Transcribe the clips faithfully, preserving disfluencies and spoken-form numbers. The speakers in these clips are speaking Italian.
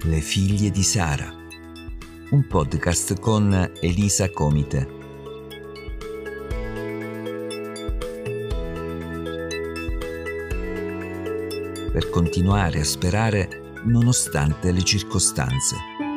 Le figlie di Sara, un podcast con Elisa Comite. Per continuare a sperare nonostante le circostanze.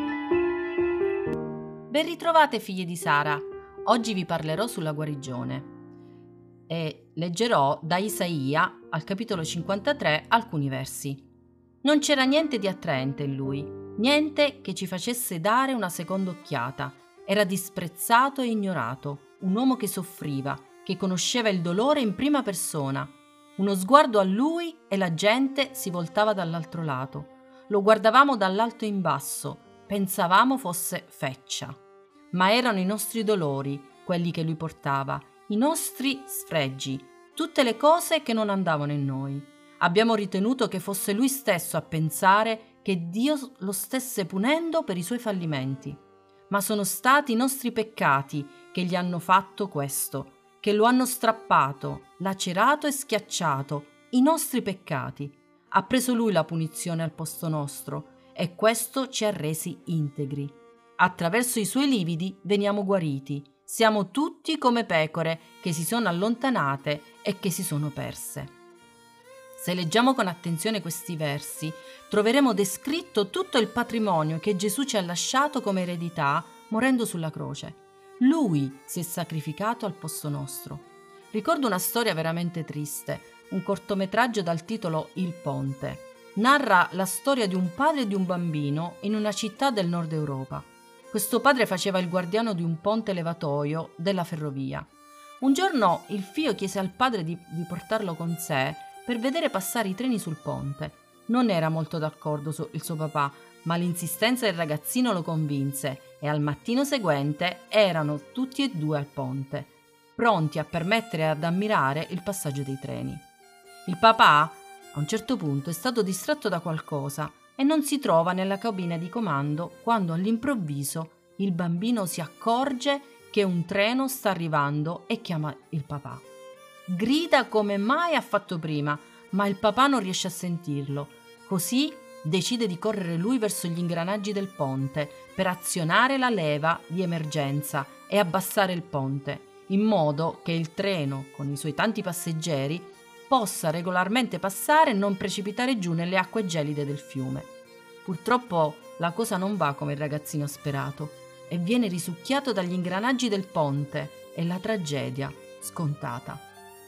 Ben ritrovate figlie di Sara. Oggi vi parlerò sulla guarigione e leggerò da Isaia al capitolo cinquantatré alcuni versi. Non c'era niente di attraente in lui, niente che ci facesse dare una seconda occhiata. Era disprezzato e ignorato, un uomo che soffriva, che conosceva il dolore in prima persona. Uno sguardo a lui e la gente si voltava dall'altro lato. Lo guardavamo dall'alto in basso, pensavamo fosse feccia. Ma erano i nostri dolori, quelli che lui portava, i nostri sfregi, tutte le cose che non andavano in noi. Abbiamo ritenuto che fosse lui stesso a pensare che Dio lo stesse punendo per i suoi fallimenti. Ma sono stati i nostri peccati che gli hanno fatto questo, che lo hanno strappato, lacerato e schiacciato, i nostri peccati. Ha preso lui la punizione al posto nostro e questo ci ha resi integri. Attraverso i suoi lividi veniamo guariti. Siamo tutti come pecore che si sono allontanate e che si sono perse. Se leggiamo con attenzione questi versi, troveremo descritto tutto il patrimonio che Gesù ci ha lasciato come eredità morendo sulla croce. Lui si è sacrificato al posto nostro. Ricordo una storia veramente triste, un cortometraggio dal titolo Il Ponte. Narra la storia di un padre e di un bambino in una città del nord Europa. Questo padre faceva il guardiano di un ponte levatoio della ferrovia. Un giorno il figlio chiese al padre di, di portarlo con sé per vedere passare i treni sul ponte. Non era molto d'accordo su, il suo papà, ma l'insistenza del ragazzino lo convinse e al mattino seguente erano tutti e due al ponte, pronti a permettere e ad ammirare il passaggio dei treni. Il papà, a un certo punto, è stato distratto da qualcosa e non si trova nella cabina di comando quando all'improvviso il bambino si accorge che un treno sta arrivando e chiama il papà. Grida come mai ha fatto prima, ma il papà non riesce a sentirlo. Così decide di correre lui verso gli ingranaggi del ponte per azionare la leva di emergenza e abbassare il ponte, in modo che il treno, con i suoi tanti passeggeri, possa regolarmente passare e non precipitare giù nelle acque gelide del fiume. Purtroppo la cosa non va come il ragazzino ha sperato e viene risucchiato dagli ingranaggi del ponte e la tragedia scontata.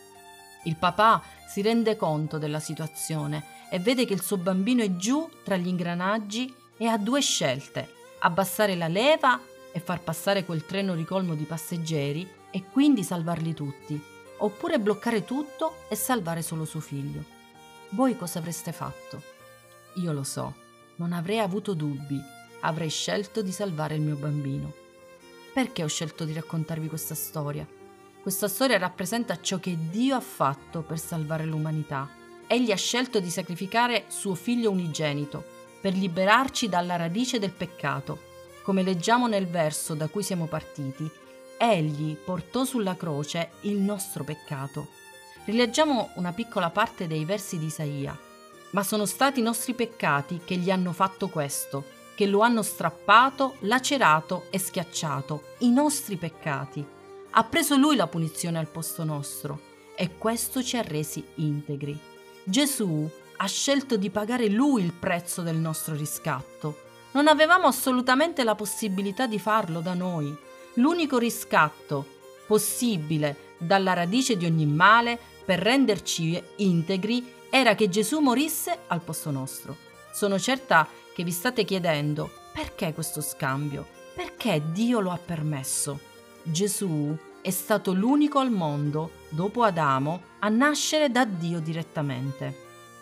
Il papà si rende conto della situazione e vede che il suo bambino è giù tra gli ingranaggi e ha due scelte: abbassare la leva e far passare quel treno ricolmo di passeggeri e quindi salvarli tutti, oppure bloccare tutto e salvare solo suo figlio. Voi cosa avreste fatto? Io lo so, non avrei avuto dubbi, avrei scelto di salvare il mio bambino. Perché ho scelto di raccontarvi questa storia? Questa storia rappresenta ciò che Dio ha fatto per salvare l'umanità. Egli ha scelto di sacrificare suo figlio unigenito per liberarci dalla radice del peccato. Come leggiamo nel verso da cui siamo partiti, Egli portò sulla croce il nostro peccato. Rileggiamo una piccola parte dei versi di Isaia. Ma sono stati i nostri peccati che gli hanno fatto questo, che lo hanno strappato, lacerato e schiacciato, i nostri peccati. Ha preso lui la punizione al posto nostro e questo ci ha resi integri. Gesù ha scelto di pagare lui il prezzo del nostro riscatto. Non avevamo assolutamente la possibilità di farlo da noi. L'unico riscatto possibile dalla radice di ogni male per renderci integri era che Gesù morisse al posto nostro. Sono certa che vi state chiedendo: perché questo scambio? Perché Dio lo ha permesso? Gesù è stato l'unico al mondo, dopo Adamo, a nascere da Dio direttamente.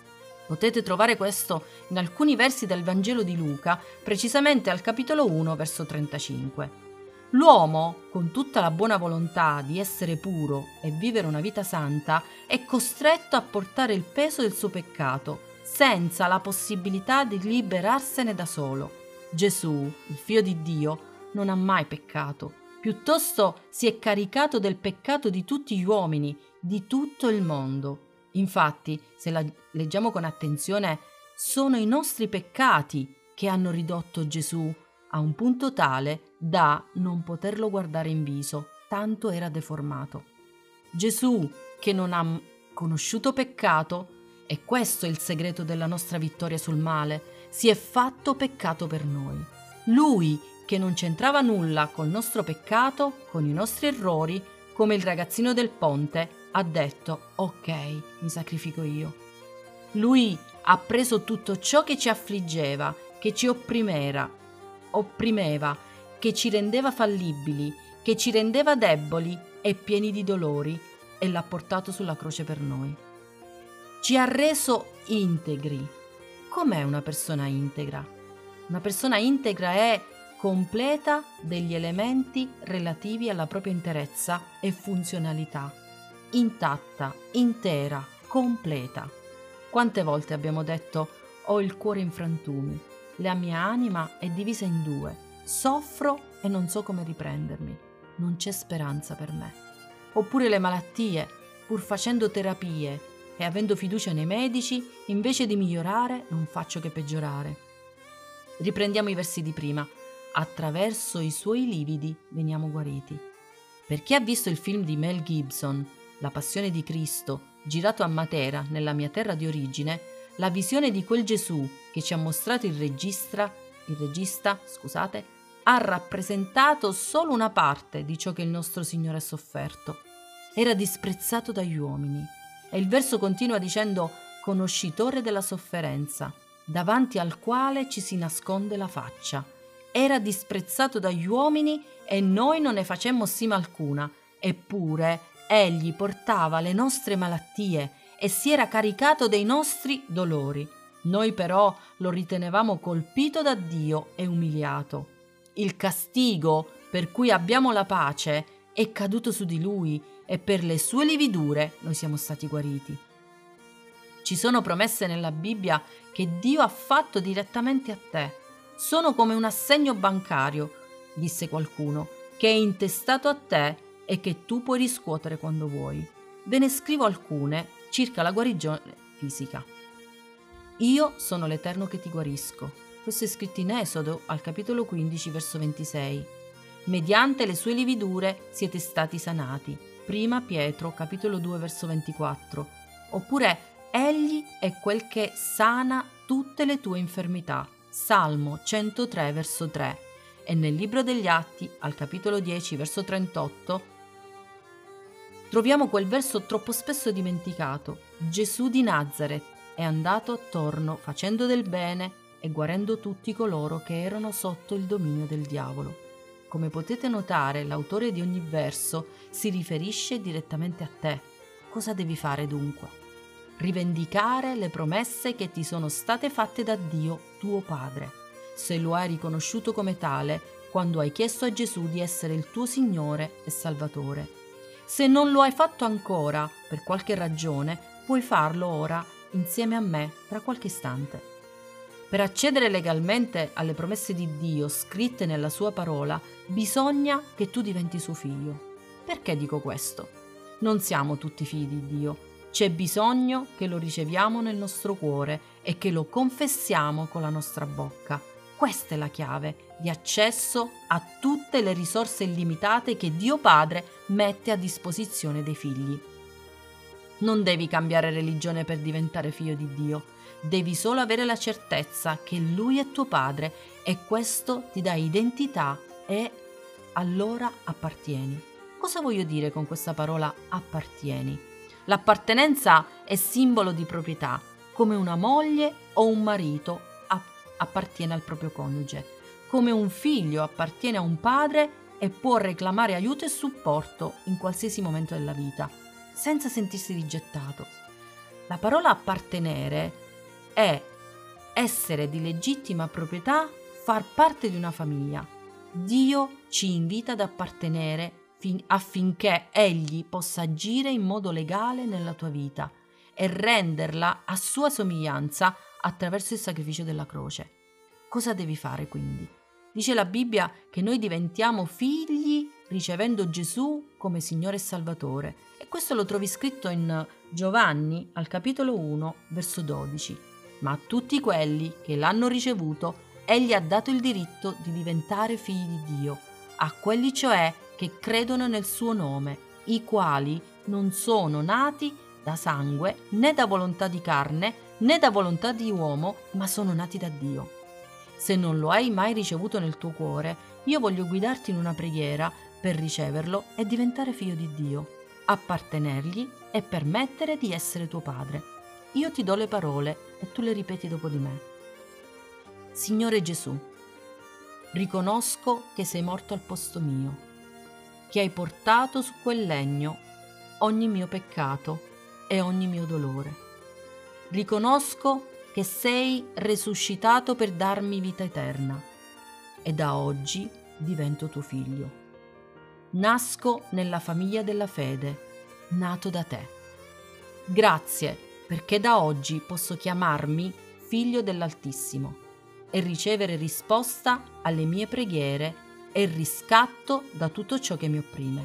Potete trovare questo in alcuni versi del Vangelo di Luca, precisamente al capitolo uno, verso trentacinque. L'uomo, con tutta la buona volontà di essere puro e vivere una vita santa, è costretto a portare il peso del suo peccato, senza la possibilità di liberarsene da solo. Gesù, il Figlio di Dio, non ha mai peccato. Piuttosto si è caricato del peccato di tutti gli uomini, di tutto il mondo. Infatti, se la leggiamo con attenzione, sono i nostri peccati che hanno ridotto Gesù a un punto tale da non poterlo guardare in viso, tanto era deformato. Gesù, che non ha conosciuto peccato, e questo è il segreto della nostra vittoria sul male, si è fatto peccato per noi. Lui, che non c'entrava nulla col nostro peccato, con i nostri errori, come il ragazzino del ponte, ha detto: ok, mi sacrifico io. Lui ha preso tutto ciò che ci affliggeva, che ci opprimeva, opprimeva, che ci rendeva fallibili, che ci rendeva deboli e pieni di dolori, e l'ha portato sulla croce per noi. Ci ha reso integri. Com'è una persona integra? Una persona integra è completa degli elementi relativi alla propria interezza e funzionalità. Intatta, intera, completa. Quante volte abbiamo detto: ho il cuore in frantumi, la mia anima è divisa in due, soffro e non so come riprendermi, non c'è speranza per me. Oppure le malattie, pur facendo terapie e avendo fiducia nei medici, invece di migliorare non faccio che peggiorare. Riprendiamo i versi di prima. Attraverso i suoi lividi veniamo guariti. Per chi ha visto il film di Mel Gibson, La Passione di Cristo, girato a Matera, nella mia terra di origine, la visione di quel Gesù che ci ha mostrato il regista, il regista, scusate, ha rappresentato solo una parte di ciò che il nostro Signore ha sofferto. Era disprezzato dagli uomini. E il verso continua dicendo: conoscitore della sofferenza, davanti al quale ci si nasconde la faccia. Era disprezzato dagli uomini e noi non ne facemmo stima alcuna, eppure egli portava le nostre malattie e si era caricato dei nostri dolori. Noi però lo ritenevamo colpito da Dio e umiliato. Il castigo per cui abbiamo la pace è caduto su di lui e per le sue lividure noi siamo stati guariti. Ci sono promesse nella Bibbia che Dio ha fatto direttamente a te. Sono come un assegno bancario, disse qualcuno, che è intestato a te e che tu puoi riscuotere quando vuoi. Ve ne scrivo alcune circa la guarigione fisica. Io sono l'Eterno che ti guarisco. Questo è scritto in Esodo al capitolo quindici, verso ventisei. Mediante le sue lividure siete stati sanati. Prima Pietro, capitolo due, verso ventiquattro. Oppure egli è quel che sana tutte le tue infermità. Salmo centotré, verso tre. E nel libro degli Atti, al capitolo dieci, verso trentotto, troviamo quel verso troppo spesso dimenticato. Gesù di Nazaret è andato attorno facendo del bene e guarendo tutti coloro che erano sotto il dominio del diavolo. Come potete notare, l'autore di ogni verso si riferisce direttamente a te. Cosa devi fare dunque? Rivendicare le promesse che ti sono state fatte da Dio, tuo Padre, se lo hai riconosciuto come tale quando hai chiesto a Gesù di essere il tuo Signore e Salvatore. Se non lo hai fatto ancora, per qualche ragione, puoi farlo ora insieme a me tra qualche istante. Per accedere legalmente alle promesse di Dio scritte nella sua parola, bisogna che tu diventi suo figlio. Perché dico questo? Non siamo tutti figli di Dio. C'è bisogno che lo riceviamo nel nostro cuore e che lo confessiamo con la nostra bocca. Questa è la chiave di accesso a tutte le risorse illimitate che Dio Padre mette a disposizione dei figli. Non devi cambiare religione per diventare figlio di Dio. Devi solo avere la certezza che Lui è tuo Padre e questo ti dà identità e allora appartieni. Cosa voglio dire con questa parola appartieni? L'appartenenza è simbolo di proprietà, come una moglie o un marito appartiene al proprio coniuge, come un figlio appartiene a un padre e può reclamare aiuto e supporto in qualsiasi momento della vita, senza sentirsi rigettato. La parola appartenere è essere di legittima proprietà, far parte di una famiglia. Dio ci invita ad appartenere affinché Egli possa agire in modo legale nella tua vita e renderla a sua somiglianza attraverso il sacrificio della croce. Cosa devi fare quindi? Dice la Bibbia che noi diventiamo figli ricevendo Gesù come Signore e Salvatore, e questo lo trovi scritto in Giovanni al capitolo uno, verso dodici. Ma a tutti quelli che l'hanno ricevuto, Egli ha dato il diritto di diventare figli di Dio, a quelli cioè che credono nel suo nome, i quali non sono nati da sangue, né da volontà di carne, né da volontà di uomo, ma sono nati da Dio. Se non lo hai mai ricevuto nel tuo cuore, io voglio guidarti in una preghiera per riceverlo e diventare figlio di Dio, appartenergli e permettere di essere tuo padre. Io ti do le parole e tu le ripeti dopo di me. Signore Gesù, riconosco che sei morto al posto mio, che hai portato su quel legno ogni mio peccato e ogni mio dolore. Riconosco che sei resuscitato per darmi vita eterna e da oggi divento tuo figlio. Nasco nella famiglia della fede, nato da te. Grazie perché da oggi posso chiamarmi figlio dell'Altissimo e ricevere risposta alle mie preghiere e riscatto da tutto ciò che mi opprime.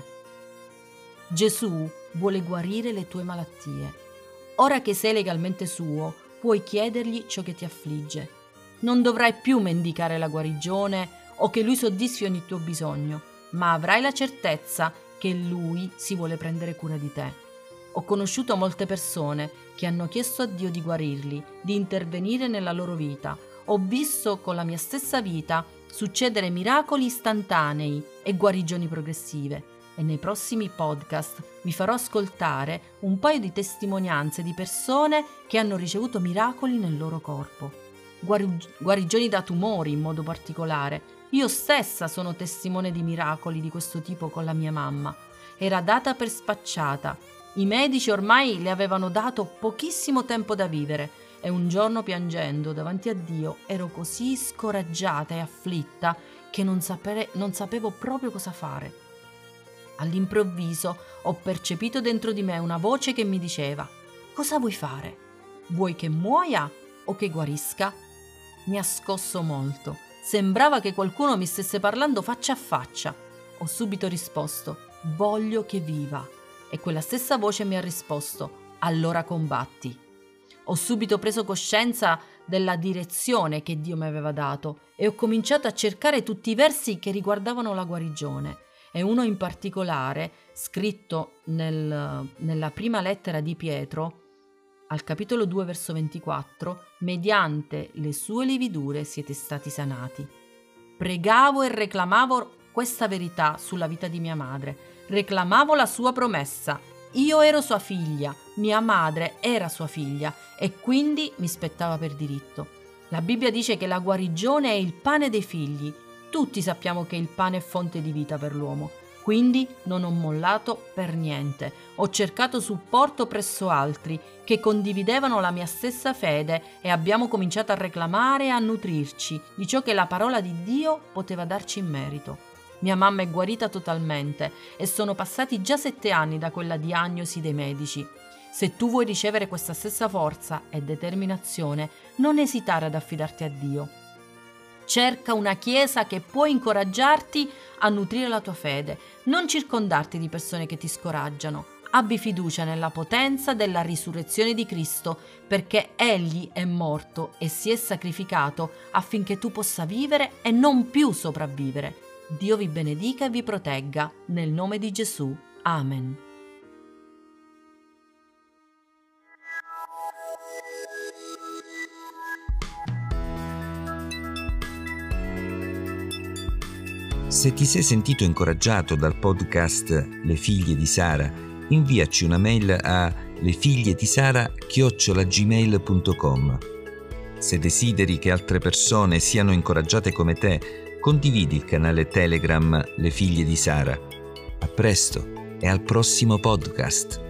Gesù vuole guarire le tue malattie. Ora che sei legalmente suo, puoi chiedergli ciò che ti affligge. Non dovrai più mendicare la guarigione o che lui soddisfi ogni tuo bisogno, ma avrai la certezza che lui si vuole prendere cura di te. Ho conosciuto molte persone che hanno chiesto a Dio di guarirli, di intervenire nella loro vita. Ho visto con la mia stessa vita succedere miracoli istantanei e guarigioni progressive. E nei prossimi podcast vi farò ascoltare un paio di testimonianze di persone che hanno ricevuto miracoli nel loro corpo. Guari- guarigioni da tumori in modo particolare. Io stessa sono testimone di miracoli di questo tipo con la mia mamma. Era data per spacciata. I medici ormai le avevano dato pochissimo tempo da vivere e un giorno piangendo davanti a Dio ero così scoraggiata e afflitta che non, sapere- non sapevo proprio cosa fare. All'improvviso ho percepito dentro di me una voce che mi diceva: cosa vuoi fare? Vuoi che muoia o che guarisca? Mi ha scosso molto. Sembrava che qualcuno mi stesse parlando faccia a faccia. Ho subito risposto: voglio che viva. E quella stessa voce mi ha risposto: allora combatti. Ho subito preso coscienza della direzione che Dio mi aveva dato e ho cominciato a cercare tutti i versi che riguardavano la guarigione. E uno in particolare, scritto nel, nella prima lettera di Pietro, al capitolo due, verso ventiquattro, mediante le sue lividure siete stati sanati. Pregavo e reclamavo questa verità sulla vita di mia madre, reclamavo la sua promessa. Io ero sua figlia, mia madre era sua figlia e quindi mi spettava per diritto. La Bibbia dice che la guarigione è il pane dei figli. Tutti sappiamo che il pane è fonte di vita per l'uomo, quindi non ho mollato per niente. Ho cercato supporto presso altri che condividevano la mia stessa fede e abbiamo cominciato a reclamare e a nutrirci di ciò che la parola di Dio poteva darci in merito. Mia mamma è guarita totalmente e sono passati già sette anni da quella diagnosi dei medici. Se tu vuoi ricevere questa stessa forza e determinazione, non esitare ad affidarti a Dio. Cerca una chiesa che può incoraggiarti a nutrire la tua fede, non circondarti di persone che ti scoraggiano. Abbi fiducia nella potenza della risurrezione di Cristo, perché Egli è morto e si è sacrificato affinché tu possa vivere e non più sopravvivere. Dio vi benedica e vi protegga, nel nome di Gesù. Amen. Se ti sei sentito incoraggiato dal podcast Le figlie di Sara, inviaci una mail a lefigliedisara chiocciola gmail punto com. Se desideri che altre persone siano incoraggiate come te, condividi il canale Telegram Le figlie di Sara. A presto e al prossimo podcast.